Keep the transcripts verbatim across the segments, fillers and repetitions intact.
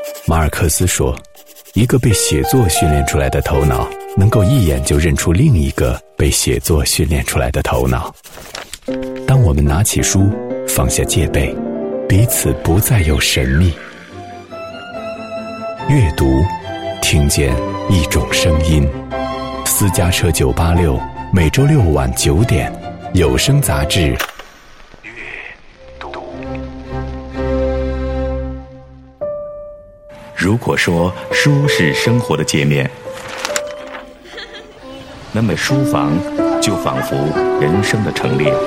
马尔克斯说，一个被写作训练出来的头脑能够一眼就认出另一个被写作训练出来的头脑。当我们拿起书，放下戒备，彼此不再有神秘。阅读，听见一种声音。私家车九八六，每周六晚九点，有声杂志。阅读。如果说书是生活的界面，那么书房就仿佛人生的陈列。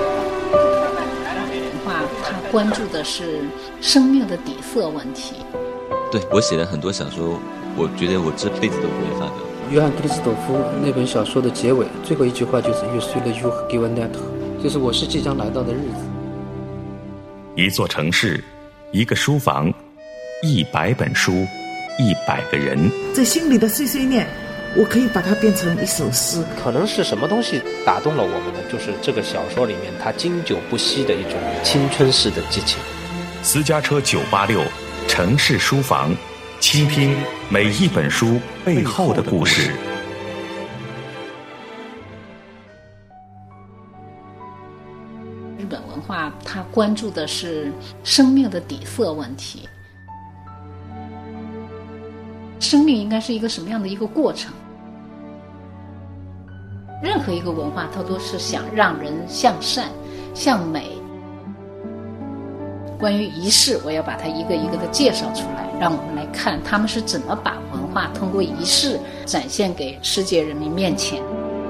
他关注的是生命的底色问题。 对，我写了很多小说，我觉得我这辈子都不会发表。 约翰克里斯朵夫那本小说的结尾最后一句话就是 Je suis le jour qui va naître， 就是我是即将来到的日子。 一座城市，一个书房，一百本书，一百个人。 这心里的碎碎念，我可以把它变成一首诗。 可能是什么东西打动了我们呢？就是这个小说里面它经久不息的一种青春式的激情。 私家车九八六，城市书房，倾听每一本书背后的故事。 日本文化它关注的是生命的底色问题。生命应该是一个什么样的一个过程？任何一个文化它都是想让人向善向美。关于仪式，我要把它一个一个的介绍出来，让我们来看他们是怎么把文化通过仪式展现给世界人民面前。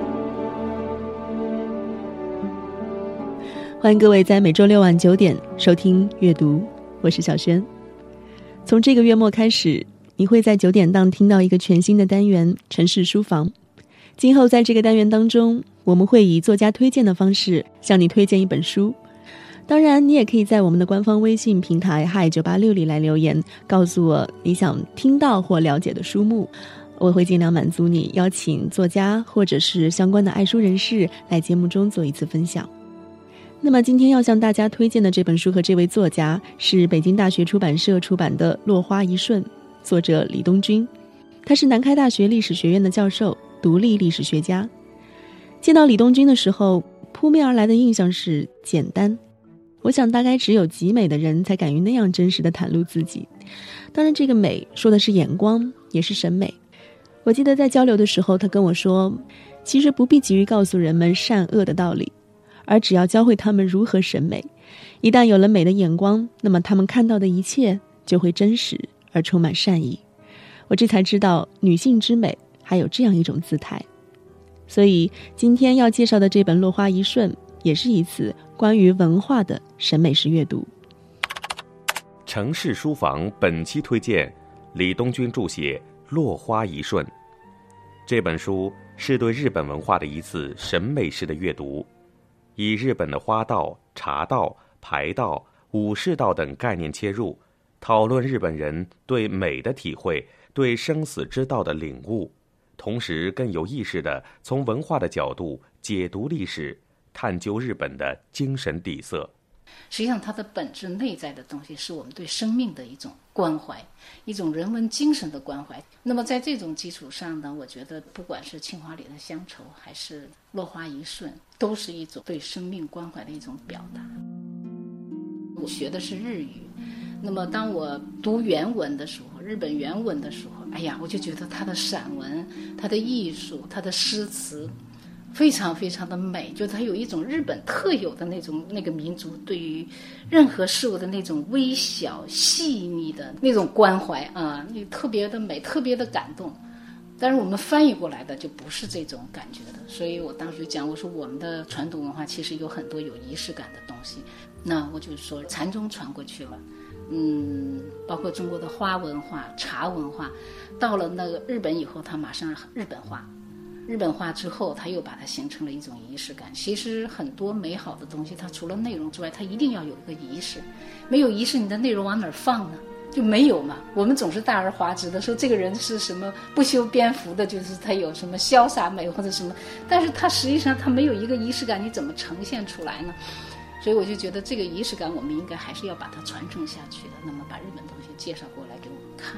欢迎各位在每周六晚九点收听阅读，我是小轩。从这个月末开始，你会在九点档听到一个全新的单元——城市书房。今后在这个单元当中，我们会以作家推荐的方式向你推荐一本书。当然，你也可以在我们的官方微信平台嗨九八六里来留言，告诉我你想听到或了解的书目，我会尽量满足你，邀请作家或者是相关的爱书人士来节目中做一次分享。那么今天要向大家推荐的这本书和这位作家是北京大学出版社出版的《落花一瞬》，作者李东君，他是南开大学历史学院的教授，独立历史学家。见到李东君的时候，扑面而来的印象是简单。我想大概只有极美的人才敢于那样真实地袒露自己。当然这个美说的是眼光，也是审美。我记得在交流的时候，他跟我说，其实不必急于告诉人们善恶的道理，而只要教会他们如何审美。一旦有了美的眼光，那么他们看到的一切就会真实而充满善意。我这才知道女性之美还有这样一种姿态。所以今天要介绍的这本《落花一瞬》也是一次关于文化的审美式阅读。 城市书房本期推荐李东君著写《落花一瞬》。这本书是对日本文化的一次审美式的阅读，以日本的花道、茶道、牌道、武士道等概念切入，讨论日本人对美的体会，对生死之道的领悟，同时更有意识地从文化的角度解读历史，探究日本的精神底色。 实际上它的本质内在的东西是我们对生命的一种关怀，一种人文精神的关怀。那么在这种基础上呢，我觉得不管是青花里的乡愁还是落花一瞬，都是一种对生命关怀的一种表达。我学的是日语，那么当我读原文的时候，日本原文的时候，哎呀，我就觉得它的散文、它的艺术、它的诗词非常非常的美，就它有一种日本特有的那种那个民族对于任何事物的那种微小细腻的那种关怀啊，那特别的美，特别的感动。但是我们翻译过来的就不是这种感觉的，所以我当时讲，我说我们的传统文化其实有很多有仪式感的东西，那我就说禅宗传过去了，嗯，包括中国的花文化、茶文化，到了那个日本以后，它马上日本化。日本化之后，它又把它形成了一种仪式感。其实很多美好的东西，它除了内容之外，它一定要有一个仪式。没有仪式，你的内容往哪儿放呢？就没有嘛。我们总是大而化之的说这个人是什么不修边幅的，就是他有什么潇洒美或者什么，但是他实际上他没有一个仪式感，你怎么呈现出来呢？所以我就觉得这个仪式感我们应该还是要把它传承下去的，那么把日本东西介绍过来给我们看。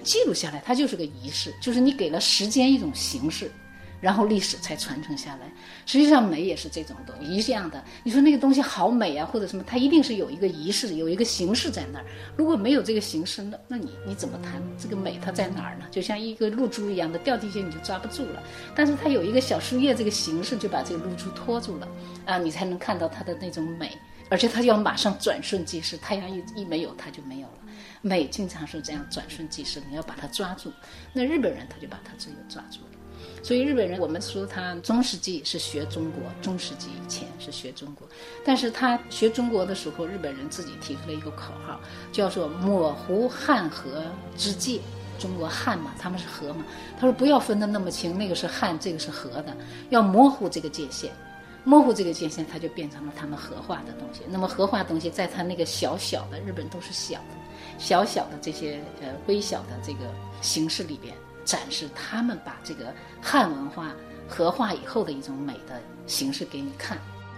记录下来，它就是个仪式，就是你给了时间一种形式，然后历史才传承下来。实际上美也是这种东西一样的，你说那个东西好美啊或者什么，它一定是有一个仪式，有一个形式在那儿。如果没有这个形式，那那你你怎么谈这个美它在哪儿呢？就像一个露珠一样的，掉地下你就抓不住了，但是它有一个小树叶这个形式，就把这个露珠拖住了啊，你才能看到它的那种美。而且它要马上转瞬即逝，太阳一一没有它就没有了。美经常是这样转瞬即逝，你要把它抓住。那日本人他就把它这个抓住了。所以日本人，我们说他中世纪是学中国，中世纪以前是学中国，但是他学中国的时候，日本人自己提出了一个口号，叫做模糊汉河之界。中国汉嘛，他们是河嘛，他说不要分得那么清，那个是汉，这个是河的，要模糊这个界限。模糊这个界限，它就变成了他们合化的东西。那么合化的东西，在他那个小小的，日本都是小的，小小的这些呃微小的这个形式里边，展示他们把这个汉文化合化以后的一种美的形式给你看。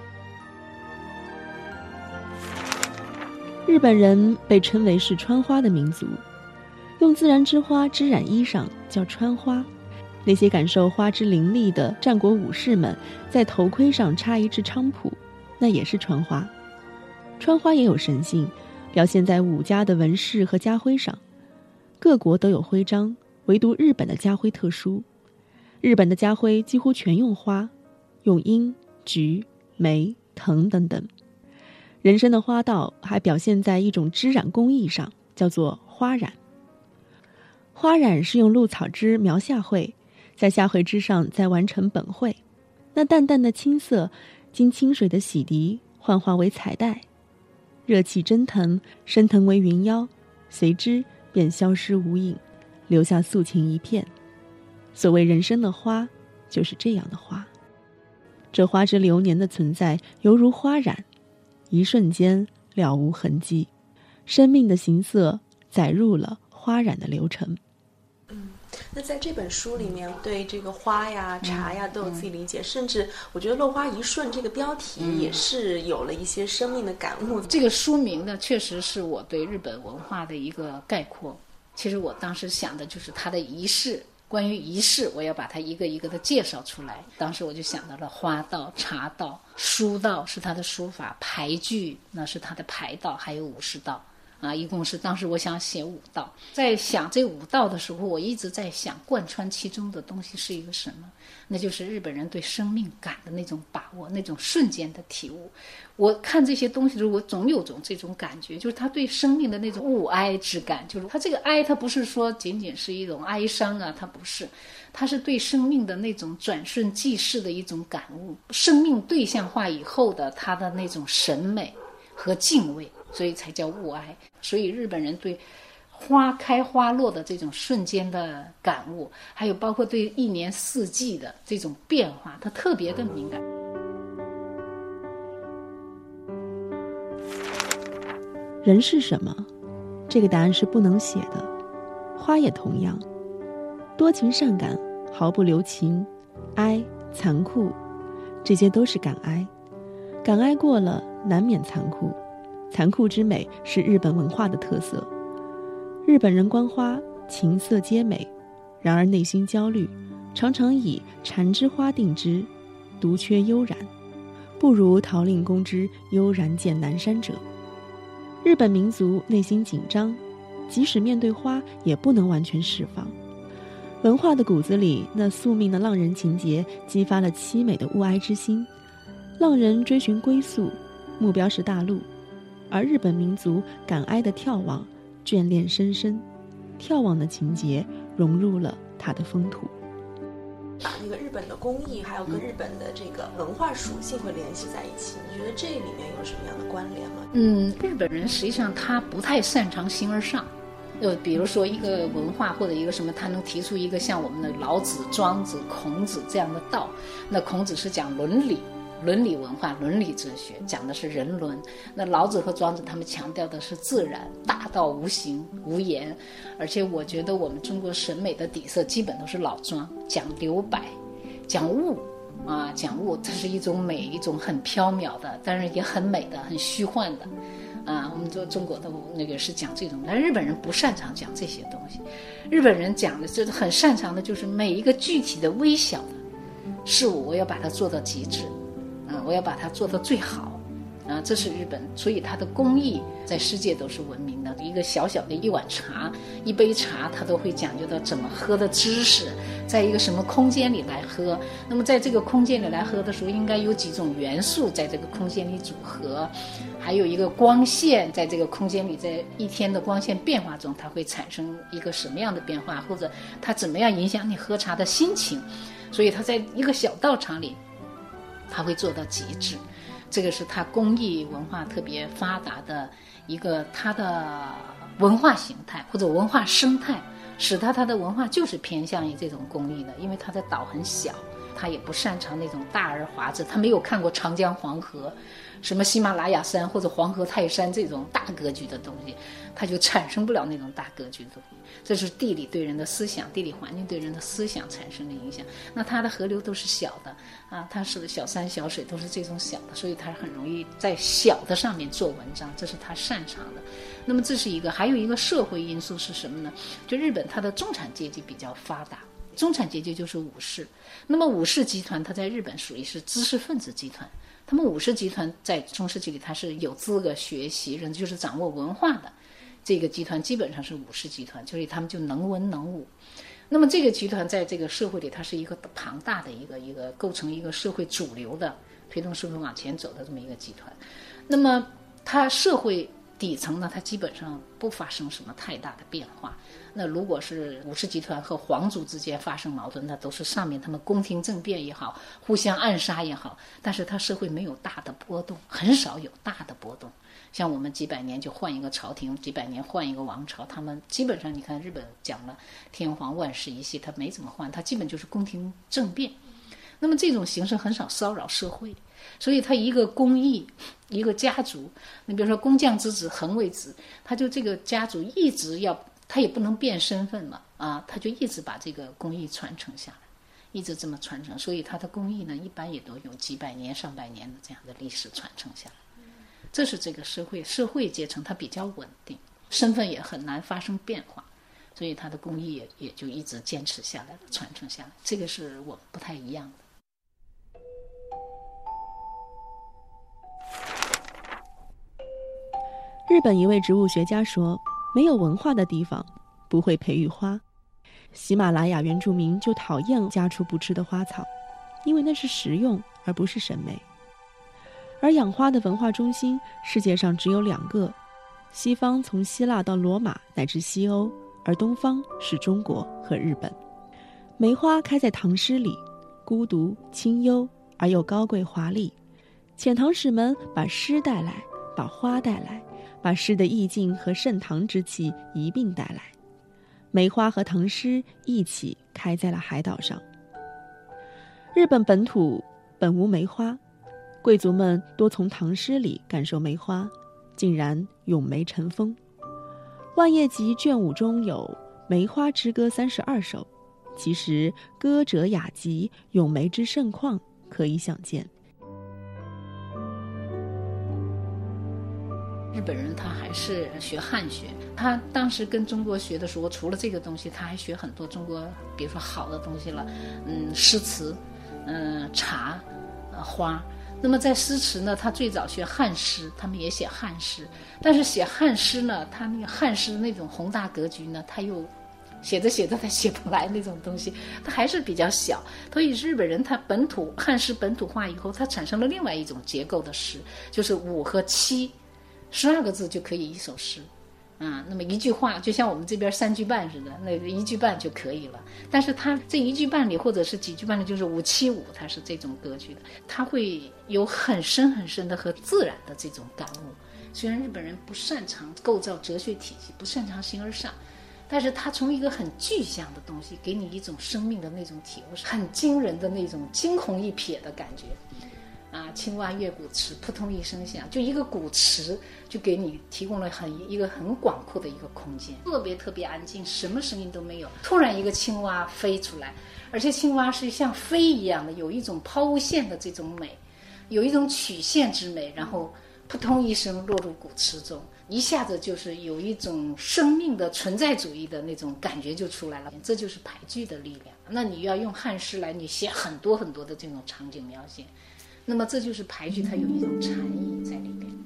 日本人被称为是穿花的民族，用自然之花织染衣裳叫穿花。那些感受花之凌厉的战国武士们，在头盔上插一支菖蒲，那也是穿花。穿花也有神性，表现在武家的纹饰和家徽上。各国都有徽章，唯独日本的家徽特殊。日本的家徽几乎全用花，用樱、菊、梅、藤等等。人参的花道还表现在一种织染工艺上，叫做花染。花染是用鹿草枝描下绘，在下绘之上再完成本绘，那淡淡的青色经清水的洗涤幻化为彩带，热气蒸腾，升腾为云妖，随之便消失无影，留下素琴一片。所谓人生的花，就是这样的花。这花之流年的存在，犹如花染，一瞬间了无痕迹，生命的形色载入了花染的流程。 那在这本书里面，对这个花呀、茶呀都有自己理解，嗯、甚至我觉得“落花一瞬”这个标题也是有了一些生命的感悟。 这个书名呢，确实是我对日本文化的一个概括。其实我当时想的就是它的仪式，关于仪式，我要把它一个一个的介绍出来。当时我就想到了花道、茶道，书道是它的书法，牌具那是它的牌道，还有武士道。啊，一共是当时我想写五道，在想这五道的时候，我一直在想贯穿其中的东西是一个什么？那就是日本人对生命感的那种把握，那种瞬间的体悟。我看这些东西的时候，我总有种这种感觉，就是他对生命的那种物哀之感，就是他这个哀，他不是说仅仅是一种哀伤啊，他不是，他是对生命的那种转瞬即逝的一种感悟，生命对象化以后的他的那种审美和敬畏。所以才叫物哀。所以日本人对花开花落的这种瞬间的感悟，还有包括对一年四季的这种变化，他特别的敏感。 人是什么？这个答案是不能写的。花也同样，多情善感，毫不留情，哀残酷，这些都是感哀。感哀过了，难免残酷。残酷之美是日本文化的特色。日本人观花，情色皆美，然而内心焦虑，常常以禅之花定之，独缺悠然，不如桃令公之悠然见南山者。日本民族内心紧张，即使面对花也不能完全释放。文化的骨子里，那宿命的浪人情节激发了凄美的物哀之心。浪人追寻归宿，目标是大陆，而日本民族感哀的眺望，眷恋深深，眺望的情节融入了它的风土。 把那个日本的工艺还有跟日本的这个文化属性会联系在一起，你觉得这里面有什么样的关联吗？ 嗯，日本人实际上他不太擅长形而上，就比如说一个文化或者一个什么，他能提出一个像我们的老子、庄子、孔子这样的道。那孔子是讲伦理，伦理文化、伦理哲学，讲的是人伦。那老子和庄子他们强调的是自然，大道无形无言。而且我觉得我们中国审美的底色基本都是老庄，讲留白，讲物， 啊，讲物，它是一种美，一种很飘渺的，但是也很美的，很虚幻的。啊，我们做中国的那个是讲这种，但日本人不擅长讲这些东西。日本人讲的是很擅长的，就是每一个具体的微小的事物，我要把它做到极致，啊，我要把它做到最好，啊，这是日本，所以它的工艺在世界都是闻名的。一个小小的一碗茶，一杯茶，它都会讲究到怎么喝的知识，在一个什么空间里来喝。那么在这个空间里来喝的时候，应该有几种元素在这个空间里组合。还有一个光线，在这个空间里，在一天的光线变化中，它会产生一个什么样的变化，或者它怎么样影响你喝茶的心情。所以它在一个小道场里，它会做到极致。这个是它工艺文化特别发达的一个它的文化形态或者文化生态，使它它的文化就是偏向于这种工艺的。因为它的岛很小，它也不擅长那种大而华之，它没有看过长江黄河，什么喜马拉雅山或者黄河泰山这种大格局的东西，它就产生不了那种大格局的东西。这是地理对人的思想，地理环境对人的思想产生的影响。那它的河流都是小的啊，它是小山小水都是这种小的，所以它很容易在小的上面做文章，这是它擅长的。那么这是一个，还有一个社会因素是什么呢？就日本它的中产阶级比较发达，中产阶级就是武士。那么武士集团它在日本属于是知识分子集团，他们武士集团在中世纪里它是有资格学习人，就是掌握文化的这个集团基本上是武士集团，所以他们就能文能武。那么这个集团在这个社会里它是一个庞大的一个一个构成一个社会主流的推动社会往前走的这么一个集团。那么它社会底层呢，它基本上不发生什么太大的变化。那如果是武士集团和皇族之间发生矛盾，那都是上面他们宫廷政变也好，互相暗杀也好，但是它社会没有大的波动，很少有大的波动。像我们几百年就换一个朝廷，几百年换一个王朝，他们基本上你看日本讲了天皇万世一系，他没怎么换，他基本就是宫廷政变。那么这种形式很少骚扰社会，所以他一个工艺一个家族，你比如说工匠之子恒为子，他就这个家族一直要，他也不能变身份嘛，啊，他就一直把这个工艺传承下来，一直这么传承，所以他的工艺呢一般也都有几百年上百年的这样的历史传承下来。这是这个社会社会阶层它比较稳定，身份也很难发生变化，所以他的工艺也也就一直坚持下来了，传承下来，这个是我们不太一样的。 日本一位植物学家说，没有文化的地方不会培育花。喜马拉雅原住民就讨厌家畜不吃的花草，因为那是食用而不是审美。而养花的文化中心世界上只有两个，西方从希腊到罗马乃至西欧，而东方是中国和日本。梅花开在唐诗里，孤独清幽而又高贵华丽。遣唐使们把诗带来，把花带来，把诗的意境和盛唐之气一并带来。梅花和唐诗一起开在了海岛上。日本本土本无梅花，贵族们多从唐诗里感受梅花，竟然咏梅成风。万叶集卷五中有《梅花之歌》三十二首，其实歌者雅集，咏梅之盛况可以想见。 日本人他还是学汉学，他当时跟中国学的时候，除了这个东西，他还学很多中国，比如说好的东西了，嗯，诗词，嗯，茶，呃，花。那么在诗词呢，他最早学汉诗，他们也写汉诗，但是写汉诗呢，他那个汉诗那种宏大格局呢，他又写着写着他写不来那种东西，他还是比较小。所以日本人他本土汉诗本土化以后，他产生了另外一种结构的诗，就是五和七。十二个字就可以一首诗，啊，那么一句话就像我们这边三句半似的，那个一句半就可以了。但是它这一句半里或者是几句半里就是五七五，它是这种格局的，它会有很深很深的和自然的这种感悟。虽然日本人不擅长构造哲学体系，不擅长形而上，但是他从一个很具象的东西给你一种生命的那种体悟，很惊人的那种惊鸿一瞥的感觉。 啊，青蛙跃古池，扑通一声响，就一个古池就给你提供了很一个很广阔的一个空间，特别特别安静，什么声音都没有。突然一个青蛙飞出来，而且青蛙是像飞一样的，有一种抛物线的这种美，有一种曲线之美，然后扑通一声落入古池中，一下子就是有一种生命的存在主义的那种感觉就出来了。这就是排剧的力量。那你要用汉诗来你写很多很多的这种场景描写，那么这就是排剧，它有一种禅意在里边。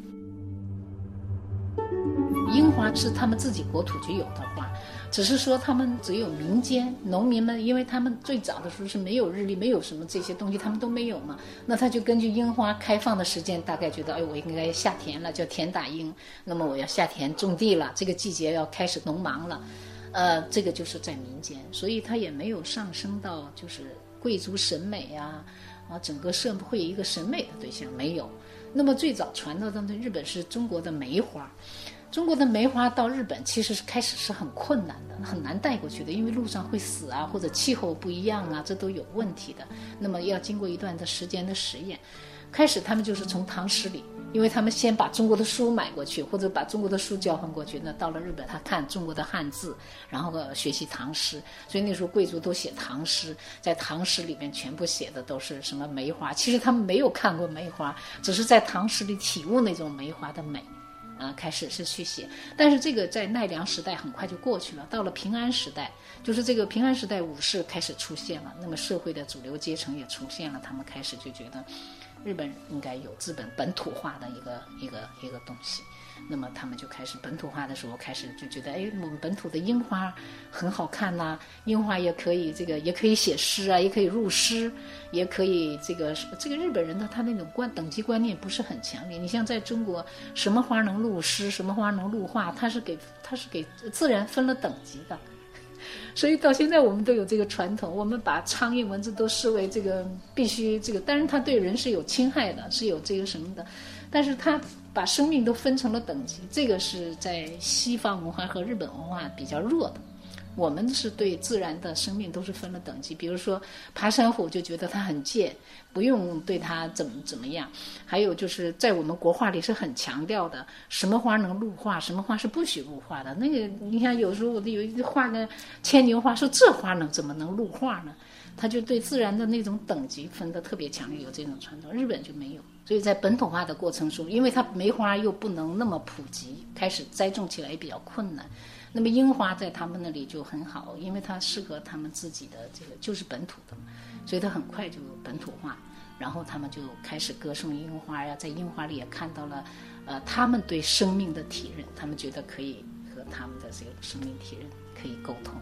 樱花是他们自己国土就有的花，只是说他们只有民间农民们，因为他们最早的时候是没有日历，没有什么这些东西，他们都没有嘛。那他就根据樱花开放的时间，大概觉得，哎，我应该下田了，叫田打樱。那么我要下田种地了，这个季节要开始农忙了。呃，这个就是在民间，所以它也没有上升到就是贵族审美呀、啊，啊，整个社会一个审美的对象没有。那么最早传到的日本是中国的梅花。中国的梅花到日本其实是开始是很困难的，很难带过去的，因为路上会死啊，或者气候不一样啊，这都有问题的。那么要经过一段的时间的实验，开始他们就是从唐诗里，因为他们先把中国的书买过去，或者把中国的书交换过去，那到了日本他看中国的汉字，然后学习唐诗，所以那时候贵族都写唐诗，在唐诗里面全部写的都是什么梅花，其实他们没有看过梅花，只是在唐诗里体悟那种梅花的美。啊，开始是去写，但是这个在奈良时代很快就过去了。到了平安时代，就是这个平安时代，武士开始出现了，那么社会的主流阶层也出现了，他们开始就觉得日本应该有日本本土化的一个一个一个东西。那么他们就开始本土化的时候，开始就觉得，哎，我们本土的樱花很好看呐、啊，樱花也可以这个也可以写诗啊，也可以入诗，也可以这个这个日本人的他那种观等级观念不是很强烈。你像在中国，什么花能入诗，什么花能入画，它是给它是给自然分了等级的。所以到现在我们都有这个传统，我们把苍蝇蚊子都视为这个必须这个，当然它对人是有侵害的，是有这个什么的，但是它把生命都分成了等级，这个是在西方文化和日本文化比较弱的。我们是对自然的生命都是分了等级，比如说爬山虎就觉得它很贱，不用对它怎么怎么样。还有就是在我们国画里是很强调的，什么花能入画，什么花是不许入画的。那个你看有时候我有一画个牵牛花，说这花能怎么能入画呢？他就对自然的那种等级分得特别强烈，有这种传统。日本就没有，所以在本土化的过程中，因为它梅花又不能那么普及，开始栽种起来也比较困难。那么樱花在他们那里就很好，因为它适合他们自己的这个就是本土的，所以它很快就本土化。然后他们就开始歌颂樱花呀，在樱花里也看到了，呃，他们对生命的体认，他们觉得可以和他们的这个生命体认可以沟通。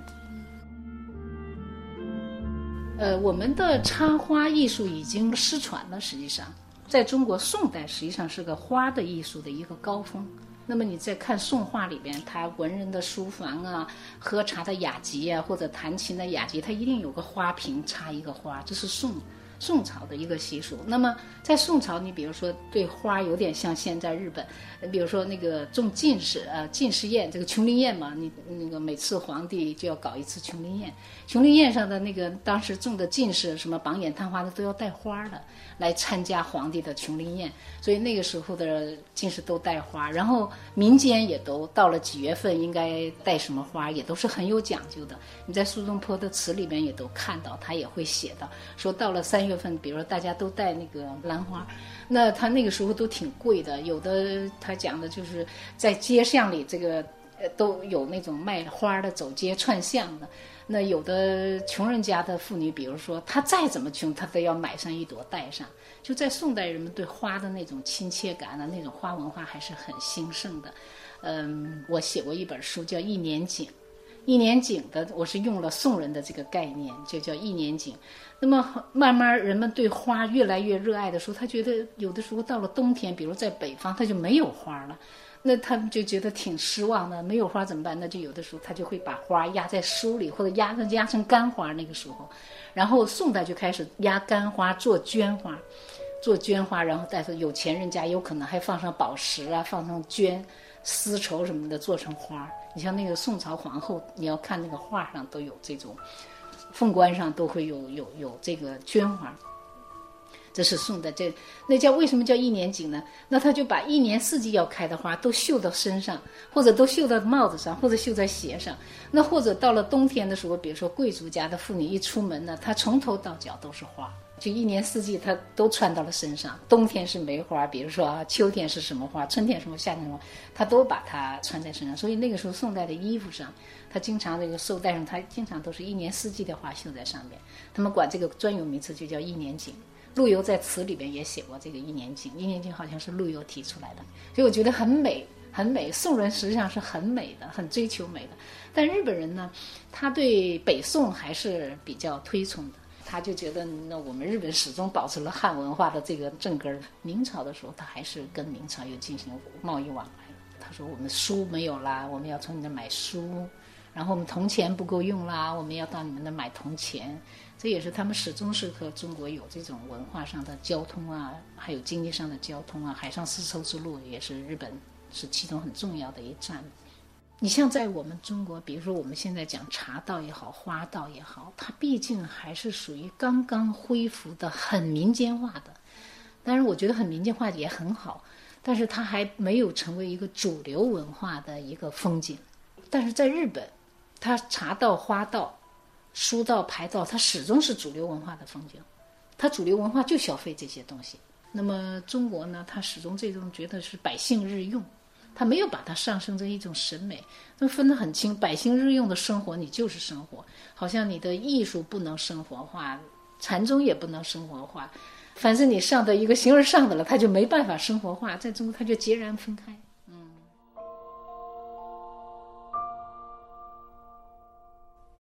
呃，我们的插花艺术已经失传了，实际上，在中国宋代实际上是个花的艺术的一个高峰。那么你再看宋画里边，他文人的书房啊，喝茶的雅集啊，或者弹琴的雅集，他一定有个花瓶插一个花，这是宋宋朝的一个习俗。那么在宋朝，你比如说对花有点像现在日本，比如说那个种进士呃进士宴，这个琼林宴嘛，你那个每次皇帝就要搞一次琼林宴，琼林宴上的那个当时种的进士什么榜眼探花的都要带花的来参加皇帝的琼林宴，所以那个时候的进士都带花，然后民间也都到了几月份应该带什么花，也都是很有讲究的。你在苏东坡的词里面也都看到，他也会写到说到了三月份，比如说大家都带那个兰花，那他那个时候都挺贵的，有的他讲的就是在街巷里这个呃都有那种卖花的走街串巷的，那有的穷人家的妇女，比如说她再怎么穷，她都要买上一朵带上。就在宋代，人们对花的那种亲切感啊，那种花文化还是很兴盛的。嗯，我写过一本书叫《一年景》，一年景的我是用了宋人的这个概念，就叫一年景。那么慢慢人们对花越来越热爱的时候，他觉得有的时候到了冬天，比如在北方，他就没有花了。那他们就觉得挺失望的，没有花怎么办？那就有的时候他就会把花压在书里，或者压压成干花。那个时候，然后宋代就开始压干花做绢花，做绢花，然后但是有钱人家有可能还放上宝石啊，放上绢、丝绸什么的做成花。你像那个宋朝皇后，你要看那个画上都有这种，凤冠上都会有有有这个绢花。 这是宋代，这那叫为什么叫一年锦呢？那他就把一年四季要开的花都绣到身上，或者都绣到帽子上，或者绣在鞋上。那或者到了冬天的时候，比如说贵族家的妇女一出门呢，她从头到脚都是花，就一年四季她都穿到了身上。冬天是梅花，比如说啊，秋天是什么花，春天什么，夏天什么，她都把它穿在身上。所以那个时候宋代的衣服上，他经常那个绶带上，他经常都是一年四季的花绣在上面。他们管这个专有名词就叫一年锦。陆游在词里边也写过这个一年锦，一年锦好像是陆游提出来的，所以我觉得很美很美。宋人实际上是很美的，很追求美的。但日本人呢，他对北宋还是比较推崇的，他就觉得那我们日本始终保持了汉文化的这个正根。明朝的时候他还是跟明朝有进行贸易往来，他说我们书没有啦，我们要从你那买书，然后我们铜钱不够用啦，我们要到你们那买铜钱。这也是他们始终是和中国有这种文化上的交通啊，还有经济上的交通啊，海上丝绸之路也是日本是其中很重要的一站。你像在我们中国，比如说我们现在讲茶道也好，花道也好，它毕竟还是属于刚刚恢复的很民间化的。当然我觉得很民间化也很好，但是它还没有成为一个主流文化的一个风景。但是在日本，它茶道、花道、书道、牌道，它始终是主流文化的风景，它主流文化就消费这些东西。那么中国呢，它始终这种觉得是百姓日用，它没有把它上升成一种审美，那分得很清，百姓日用的生活你就是生活，好像你的艺术不能生活化，禅宗也不能生活化，凡是你上的一个形而上的了，它就没办法生活化，在中国它就截然分开。